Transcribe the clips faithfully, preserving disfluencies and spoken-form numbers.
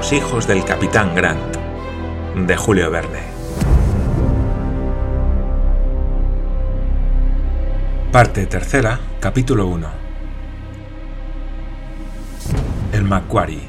Los hijos del Capitán Grant, de Julio Verne. Parte tercera, capítulo uno. El Macquarie.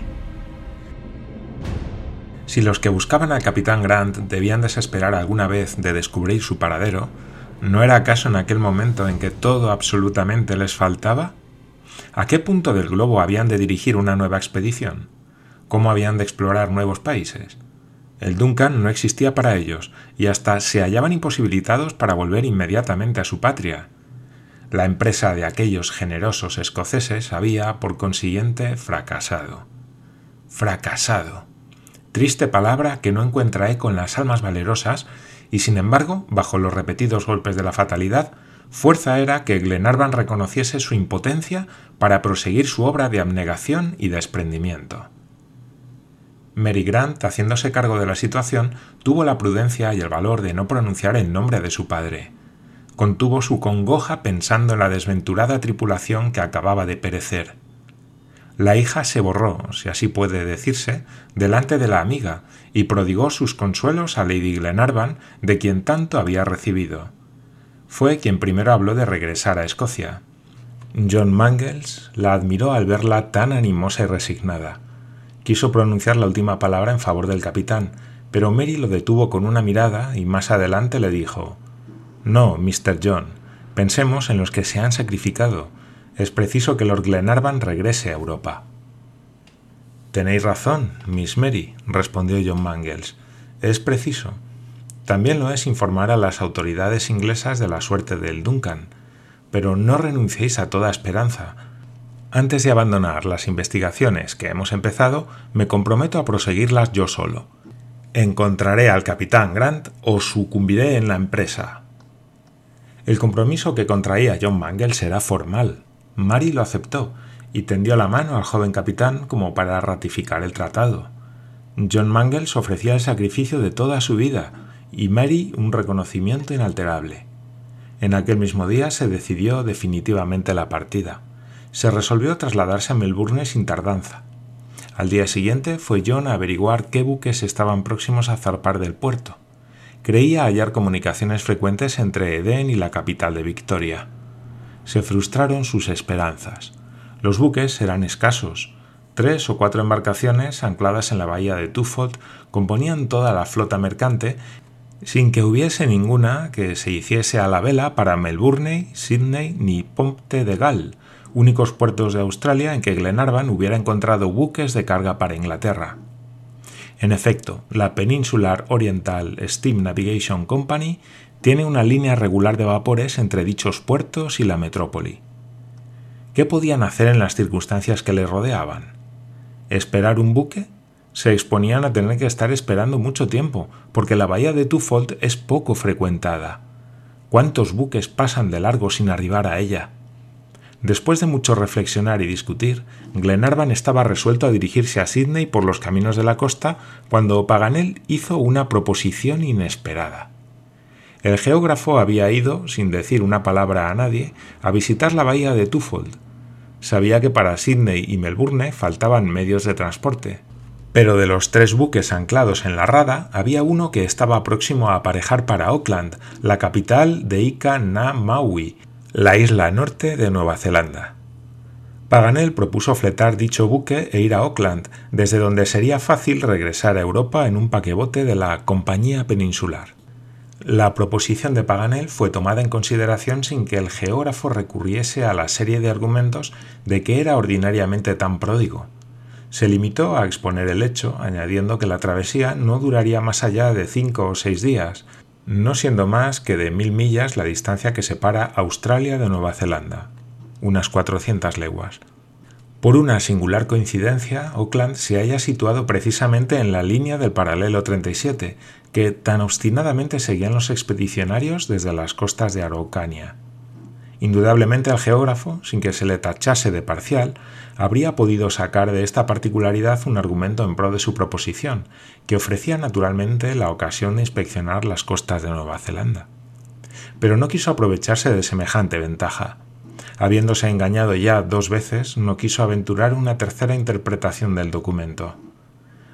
Si los que buscaban al Capitán Grant debían desesperar alguna vez de descubrir su paradero, ¿no era acaso en aquel momento en que todo absolutamente les faltaba? ¿A qué punto del globo habían de dirigir una nueva expedición? ¿Cómo habían de explorar nuevos países? El Duncan no existía para ellos, y hasta se hallaban imposibilitados para volver inmediatamente a su patria. La empresa de aquellos generosos escoceses había, por consiguiente, fracasado. Fracasado. Triste palabra que no encuentra eco en las almas valerosas, y sin embargo, bajo los repetidos golpes de la fatalidad, fuerza era que Glenarvan reconociese su impotencia para proseguir su obra de abnegación y desprendimiento. Mary Grant, haciéndose cargo de la situación, tuvo la prudencia y el valor de no pronunciar el nombre de su padre. Contuvo su congoja pensando en la desventurada tripulación que acababa de perecer. La hija se borró, si así puede decirse, delante de la amiga y prodigó sus consuelos a Lady Glenarvan, de quien tanto había recibido. Fue quien primero habló de regresar a Escocia. John Mangles la admiró al verla tan animosa y resignada. Quiso pronunciar la última palabra en favor del capitán, pero Mary lo detuvo con una mirada y más adelante le dijo: «No, mister John, pensemos en los que se han sacrificado. Es preciso que Lord Glenarvan regrese a Europa». «Tenéis razón, Miss Mary», respondió John Mangles. «Es preciso. También lo es informar a las autoridades inglesas de la suerte del Duncan. Pero no renunciéis a toda esperanza. Antes de abandonar las investigaciones que hemos empezado, me comprometo a proseguirlas yo solo. Encontraré al Capitán Grant o sucumbiré en la empresa». El compromiso que contraía John Mangles era formal. Mary lo aceptó y tendió la mano al joven capitán como para ratificar el tratado. John Mangles ofrecía el sacrificio de toda su vida y Mary un reconocimiento inalterable. En aquel mismo día se decidió definitivamente la partida. Se resolvió trasladarse a Melbourne sin tardanza. Al día siguiente fue John a averiguar qué buques estaban próximos a zarpar del puerto. Creía hallar comunicaciones frecuentes entre Edén y la capital de Victoria. Se frustraron sus esperanzas. Los buques eran escasos. Tres o cuatro embarcaciones ancladas en la bahía de Twofold componían toda la flota mercante, sin que hubiese ninguna que se hiciese a la vela para Melbourne, Sydney ni Ponte de Gal, únicos puertos de Australia en que Glenarvan hubiera encontrado buques de carga para Inglaterra. En efecto, la Peninsular Oriental Steam Navigation Company tiene una línea regular de vapores entre dichos puertos y la metrópoli. ¿Qué podían hacer en las circunstancias que les rodeaban? ¿Esperar un buque? Se exponían a tener que estar esperando mucho tiempo, porque la bahía de Twofold es poco frecuentada. ¿Cuántos buques pasan de largo sin arribar a ella? Después de mucho reflexionar y discutir, Glenarvan estaba resuelto a dirigirse a Sydney por los caminos de la costa cuando Paganel hizo una proposición inesperada. El geógrafo había ido, sin decir una palabra a nadie, a visitar la bahía de Twofold. Sabía que para Sydney y Melbourne faltaban medios de transporte, pero de los tres buques anclados en la rada había uno que estaba próximo a aparejar para Auckland, la capital de Ika na Maui, la isla norte de Nueva Zelanda. Paganel propuso fletar dicho buque e ir a Auckland, desde donde sería fácil regresar a Europa en un paquebote de la Compañía Peninsular. La proposición de Paganel fue tomada en consideración sin que el geógrafo recurriese a la serie de argumentos de que era ordinariamente tan pródigo. Se limitó a exponer el hecho, añadiendo que la travesía no duraría más allá de cinco o seis días, no siendo más que de mil millas la distancia que separa Australia de Nueva Zelanda, unas cuatrocientas leguas. Por una singular coincidencia, Auckland se halla situado precisamente en la línea del paralelo treinta y siete, que tan obstinadamente seguían los expedicionarios desde las costas de Araucania. Indudablemente el geógrafo, sin que se le tachase de parcial, habría podido sacar de esta particularidad un argumento en pro de su proposición, que ofrecía naturalmente la ocasión de inspeccionar las costas de Nueva Zelanda. Pero no quiso aprovecharse de semejante ventaja. Habiéndose engañado ya dos veces, no quiso aventurar una tercera interpretación del documento.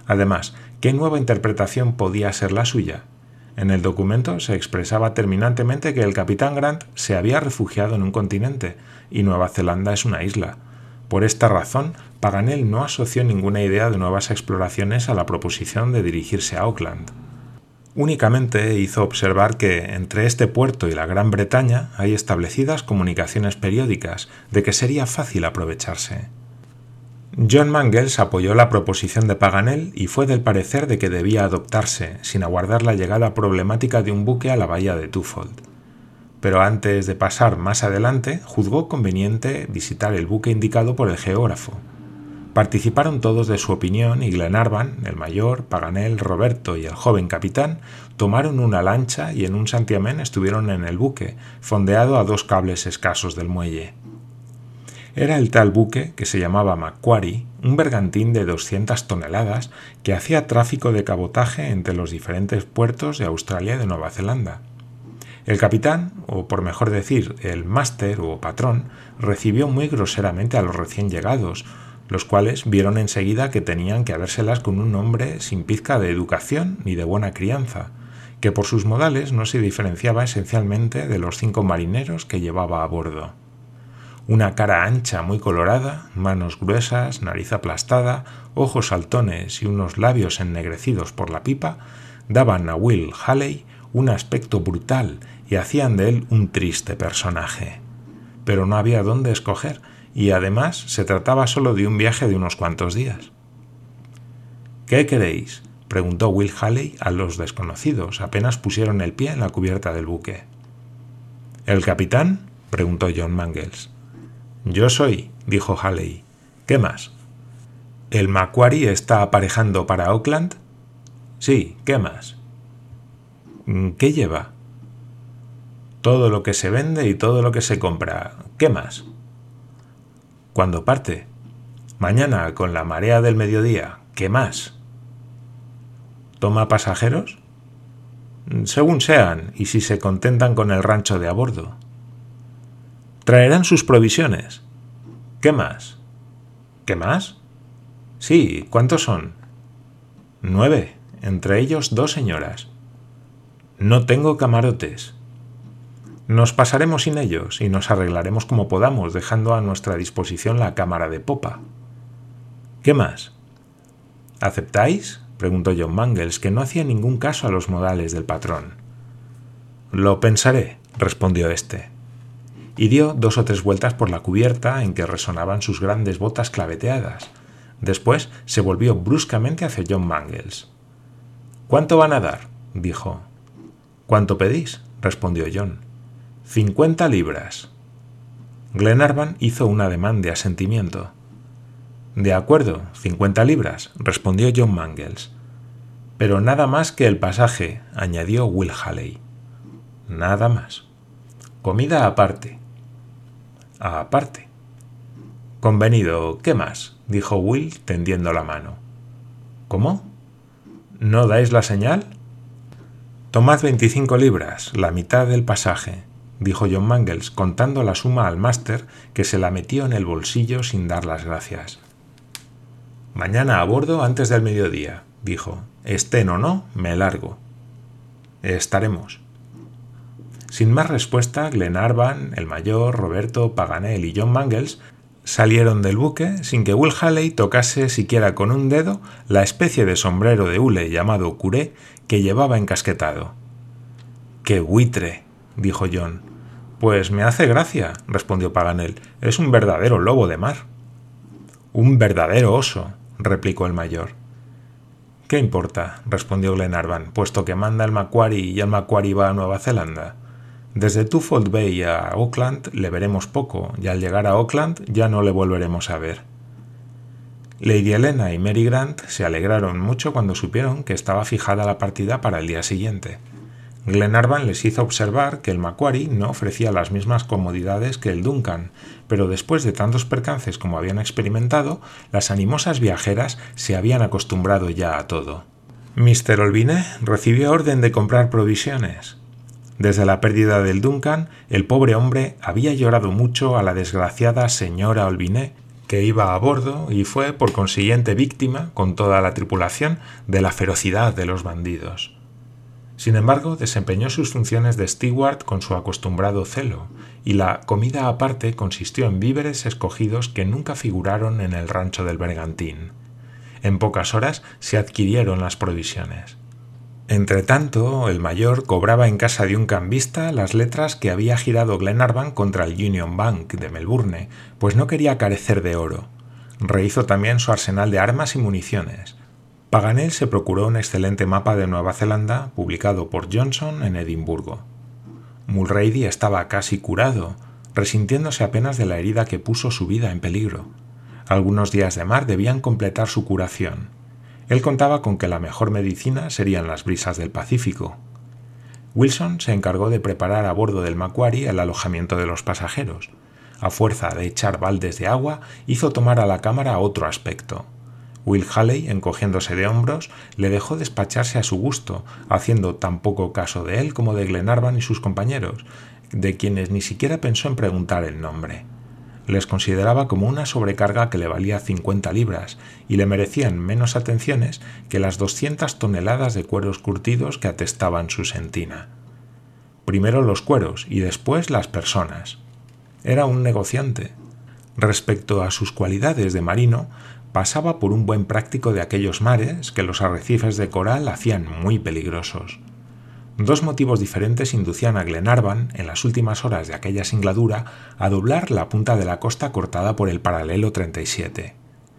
Además, ¿qué nueva interpretación podía ser la suya? En el documento se expresaba terminantemente que el capitán Grant se había refugiado en un continente y Nueva Zelanda es una isla. Por esta razón, Paganel no asoció ninguna idea de nuevas exploraciones a la proposición de dirigirse a Auckland. Únicamente hizo observar que entre este puerto y la Gran Bretaña hay establecidas comunicaciones periódicas, de que sería fácil aprovecharse. John Mangles apoyó la proposición de Paganel y fue del parecer de que debía adoptarse, sin aguardar la llegada problemática de un buque a la bahía de Twofold. Pero antes de pasar más adelante, juzgó conveniente visitar el buque indicado por el geógrafo. Participaron todos de su opinión y Glenarvan, el mayor, Paganel, Roberto y el joven capitán tomaron una lancha y en un santiamén estuvieron en el buque, fondeado a dos cables escasos del muelle. Era el tal buque, que se llamaba Macquarie, un bergantín de doscientas toneladas que hacía tráfico de cabotaje entre los diferentes puertos de Australia y de Nueva Zelanda. El capitán, o por mejor decir, el máster o patrón, recibió muy groseramente a los recién llegados, los cuales vieron enseguida que tenían que habérselas con un hombre sin pizca de educación ni de buena crianza, que por sus modales no se diferenciaba esencialmente de los cinco marineros que llevaba a bordo. Una cara ancha muy colorada, manos gruesas, nariz aplastada, ojos saltones y unos labios ennegrecidos por la pipa, daban a Will Halley un aspecto brutal y hacían de él un triste personaje. Pero no había dónde escoger, y además se trataba solo de un viaje de unos cuantos días. «¿Qué queréis?», preguntó Will Halley a los desconocidos, apenas pusieron el pie en la cubierta del buque. «¿El capitán?», preguntó John Mangles. «Yo soy», dijo Halley. «¿Qué más?». «¿El Macquarie está aparejando para Auckland?». «Sí, ¿qué más?». «¿Qué lleva?». «Todo lo que se vende y todo lo que se compra. ¿Qué más?». «¿Cuándo parte?». «Mañana, con la marea del mediodía. ¿Qué más?». «¿Toma pasajeros?». «Según sean, y si se contentan con el rancho de a bordo». «¿Traerán sus provisiones?». «¿Qué más?». «¿Qué más?». «Sí, ¿cuántos son?». «Nueve, entre ellos dos señoras». «No tengo camarotes». «Nos pasaremos sin ellos y nos arreglaremos como podamos, dejando a nuestra disposición la cámara de popa». «¿Qué más?». «¿Aceptáis?», preguntó John Mangles, que no hacía ningún caso a los modales del patrón. «Lo pensaré», respondió éste. Y dio dos o tres vueltas por la cubierta en que resonaban sus grandes botas claveteadas. Después se volvió bruscamente hacia John Mangles. «¿Cuánto van a dar?», dijo. «¿Cuánto pedís?», respondió John. «Cincuenta libras». Glenarvan hizo un ademán de asentimiento. «De acuerdo, cincuenta libras», respondió John Mangles. «Pero nada más que el pasaje», añadió Will Halley. «Nada más». «Comida aparte». «Aparte». «Convenido. ¿Qué más?», dijo Will tendiendo la mano. «¿Cómo? ¿No dais la señal?». «Tomad veinticinco libras, la mitad del pasaje», dijo John Mangles, contando la suma al máster, que se la metió en el bolsillo sin dar las gracias. «Mañana a bordo antes del mediodía», dijo. «Estén o no, me largo». «Estaremos». Sin más respuesta, Glenarvan, el mayor, Roberto, Paganel y John Mangles salieron del buque sin que Will Halley tocase siquiera con un dedo la especie de sombrero de hule llamado curé que llevaba encasquetado. «¡Qué buitre!», dijo John. «Pues me hace gracia», respondió Paganel. «Es un verdadero lobo de mar». «Un verdadero oso», replicó el mayor. «¿Qué importa?», respondió Glenarvan, «puesto que manda el Macquarie y el Macquarie va a Nueva Zelanda. Desde Twofold Bay a Auckland le veremos poco, y al llegar a Auckland ya no le volveremos a ver». Lady Helena y Mary Grant se alegraron mucho cuando supieron que estaba fijada la partida para el día siguiente. Glenarvan les hizo observar que el Macquarie no ofrecía las mismas comodidades que el Duncan, pero después de tantos percances como habían experimentado, las animosas viajeras se habían acostumbrado ya a todo. míster Olviné recibió orden de comprar provisiones. Desde la pérdida del Duncan, el pobre hombre había llorado mucho a la desgraciada señora Olviné, que iba a bordo y fue, por consiguiente, víctima, con toda la tripulación, de la ferocidad de los bandidos. Sin embargo, desempeñó sus funciones de steward con su acostumbrado celo, y la comida aparte consistió en víveres escogidos que nunca figuraron en el rancho del bergantín. En pocas horas se adquirieron las provisiones. Entretanto, el mayor cobraba en casa de un cambista las letras que había girado Glenarvan contra el Union Bank de Melbourne, pues no quería carecer de oro. Rehizo también su arsenal de armas y municiones. Paganel se procuró un excelente mapa de Nueva Zelanda, publicado por Johnson en Edimburgo. Mulrady estaba casi curado, resintiéndose apenas de la herida que puso su vida en peligro. Algunos días de mar debían completar su curación. Él contaba con que la mejor medicina serían las brisas del Pacífico. Wilson se encargó de preparar a bordo del Macquarie el alojamiento de los pasajeros. A fuerza de echar baldes de agua, hizo tomar a la cámara otro aspecto. Will Halley, encogiéndose de hombros, le dejó despacharse a su gusto, haciendo tan poco caso de él como de Glenarvan y sus compañeros, de quienes ni siquiera pensó en preguntar el nombre. Les consideraba como una sobrecarga que le valía cincuenta libras y le merecían menos atenciones que las doscientas toneladas de cueros curtidos que atestaban su sentina. Primero los cueros y después las personas. Era un negociante. Respecto a sus cualidades de marino, pasaba por un buen práctico de aquellos mares que los arrecifes de coral hacían muy peligrosos. Dos motivos diferentes inducían a Glenarvan, en las últimas horas de aquella singladura, a doblar la punta de la costa cortada por el paralelo treinta y siete.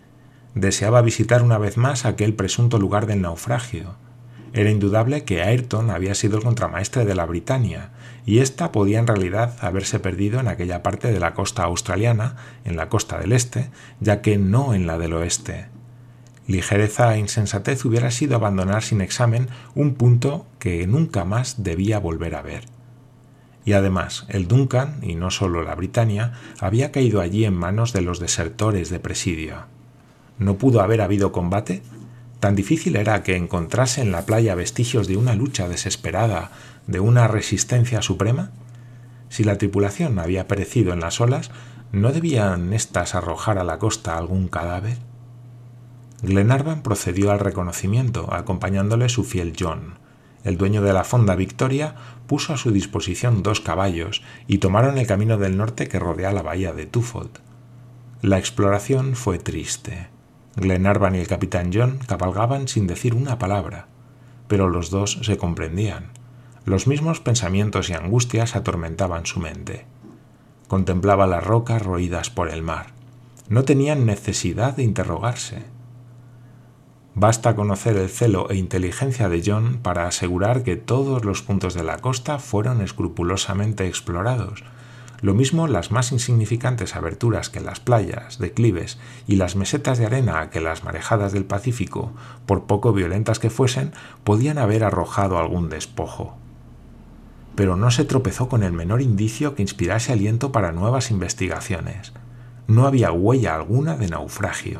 Deseaba visitar una vez más aquel presunto lugar del naufragio. Era indudable que Ayrton había sido el contramaestre de la Britannia, y ésta podía en realidad haberse perdido en aquella parte de la costa australiana, en la costa del este, ya que no en la del oeste. Ligereza e insensatez hubiera sido abandonar sin examen un punto que nunca más debía volver a ver. Y además, el Duncan, y no solo la Britannia, había caído allí en manos de los desertores de Presidio. ¿No pudo haber habido combate? Tan difícil era que encontrase en la playa vestigios de una lucha desesperada, de una resistencia suprema. Si la tripulación había perecido en las olas, ¿no debían éstas arrojar a la costa algún cadáver? Glenarvan procedió al reconocimiento, acompañándole su fiel John. El dueño de la fonda Victoria puso a su disposición dos caballos y tomaron el camino del norte que rodea la bahía de Twofold. La exploración fue triste. Glenarvan y el capitán John cabalgaban sin decir una palabra, pero los dos se comprendían. Los mismos pensamientos y angustias atormentaban su mente. Contemplaba las rocas roídas por el mar. No tenían necesidad de interrogarse. Basta conocer el celo e inteligencia de John para asegurar que todos los puntos de la costa fueron escrupulosamente explorados. Lo mismo las más insignificantes aberturas que las playas, declives y las mesetas de arena que las marejadas del Pacífico, por poco violentas que fuesen, podían haber arrojado algún despojo. Pero no se tropezó con el menor indicio que inspirase aliento para nuevas investigaciones. No había huella alguna de naufragio.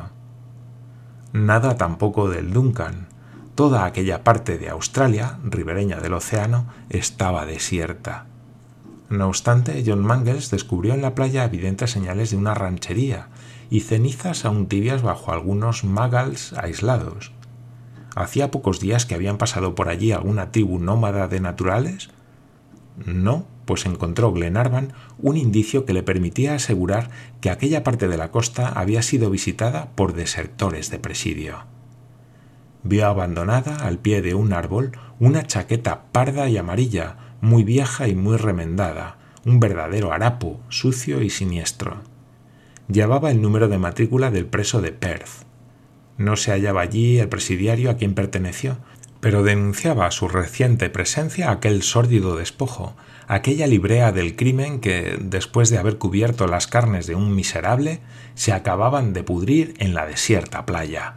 Nada tampoco del Duncan. Toda aquella parte de Australia, ribereña del océano, estaba desierta. No obstante, John Mangles descubrió en la playa evidentes señales de una ranchería y cenizas aún tibias bajo algunos magals aislados. ¿Hacía pocos días que habían pasado por allí alguna tribu nómada de naturales? No, pues encontró Glenarvan un indicio que le permitía asegurar que aquella parte de la costa había sido visitada por desertores de Presidio. Vio abandonada al pie de un árbol una chaqueta parda y amarilla, muy vieja y muy remendada, un verdadero harapo, sucio y siniestro. Llevaba el número de matrícula del preso de Perth. No se hallaba allí el presidiario a quien perteneció, pero denunciaba su reciente presencia aquel sórdido despojo, aquella librea del crimen que, después de haber cubierto las carnes de un miserable, se acababan de pudrir en la desierta playa.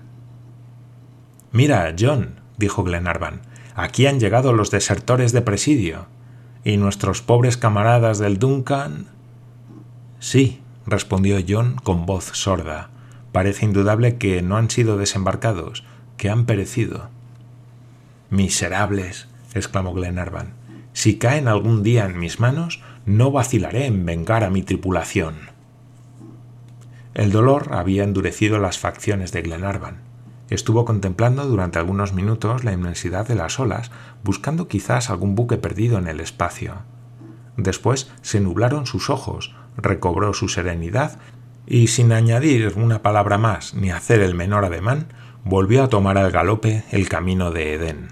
«Mira, John», dijo Glenarvan, «aquí han llegado los desertores de Presidio. ¿Y nuestros pobres camaradas del Duncan?» «Sí», respondió John con voz sorda. «Parece indudable que no han sido desembarcados, que han perecido». «Miserables», exclamó Glenarvan. «Si caen algún día en mis manos, no vacilaré en vengar a mi tripulación». El dolor había endurecido las facciones de Glenarvan. Estuvo contemplando durante algunos minutos la inmensidad de las olas, buscando quizás algún buque perdido en el espacio. Después se nublaron sus ojos, recobró su serenidad y, sin añadir una palabra más ni hacer el menor ademán, volvió a tomar al galope el camino de Edén.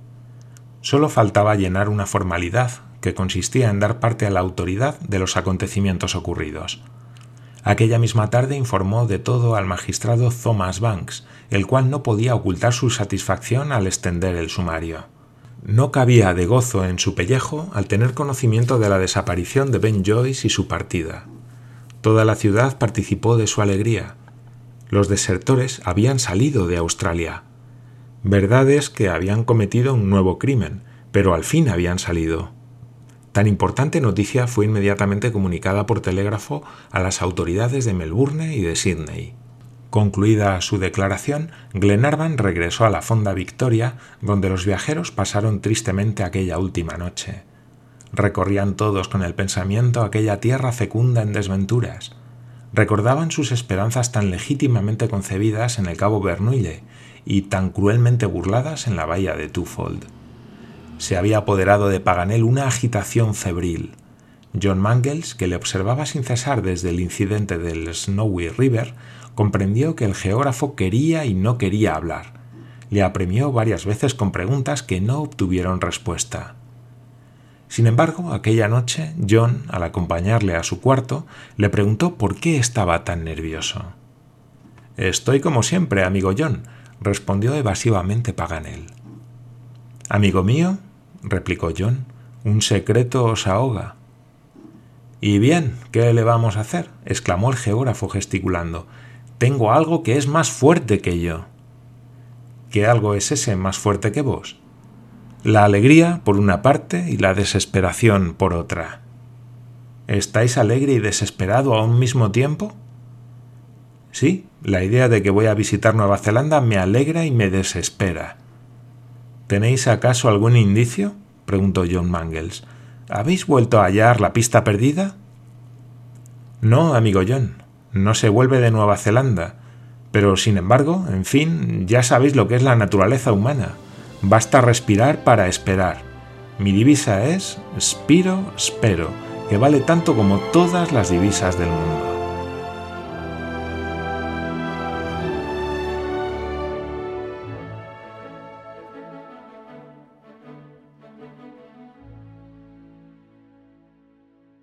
Solo faltaba llenar una formalidad que consistía en dar parte a la autoridad de los acontecimientos ocurridos. Aquella misma tarde informó de todo al magistrado Thomas Banks, el cual no podía ocultar su satisfacción al extender el sumario. No cabía de gozo en su pellejo al tener conocimiento de la desaparición de Ben Joyce y su partida. Toda la ciudad participó de su alegría. Los desertores habían salido de Australia. Verdad es que habían cometido un nuevo crimen, pero al fin habían salido. Tan importante noticia fue inmediatamente comunicada por telégrafo a las autoridades de Melbourne y de Sídney. Concluida su declaración, Glenarvan regresó a la fonda Victoria, donde los viajeros pasaron tristemente aquella última noche. Recorrían todos con el pensamiento aquella tierra fecunda en desventuras. Recordaban sus esperanzas tan legítimamente concebidas en el cabo Vernouille y tan cruelmente burladas en la bahía de Twofold. Se había apoderado de Paganel una agitación febril. John Mangles, que le observaba sin cesar desde el incidente del Snowy River, comprendió que el geógrafo quería y no quería hablar. Le apremió varias veces con preguntas que no obtuvieron respuesta. Sin embargo, aquella noche, John, al acompañarle a su cuarto, le preguntó por qué estaba tan nervioso. «Estoy como siempre, amigo John», respondió evasivamente Paganel. «Amigo mío», replicó John, «un secreto os ahoga». «Y bien, ¿qué le vamos a hacer?», exclamó el geógrafo gesticulando. «Tengo algo que es más fuerte que yo». «¿Qué algo es ese más fuerte que vos?». «La alegría por una parte y la desesperación por otra». «¿Estáis alegre y desesperado a un mismo tiempo?». «Sí, la idea de que voy a visitar Nueva Zelanda me alegra y me desespera». «¿Tenéis acaso algún indicio?», preguntó John Mangles. «¿Habéis vuelto a hallar la pista perdida?». «No, amigo John, no se vuelve de Nueva Zelanda. Pero, sin embargo, en fin, ya sabéis lo que es la naturaleza humana. Basta respirar para esperar. Mi divisa es Spiro Spero, que vale tanto como todas las divisas del mundo».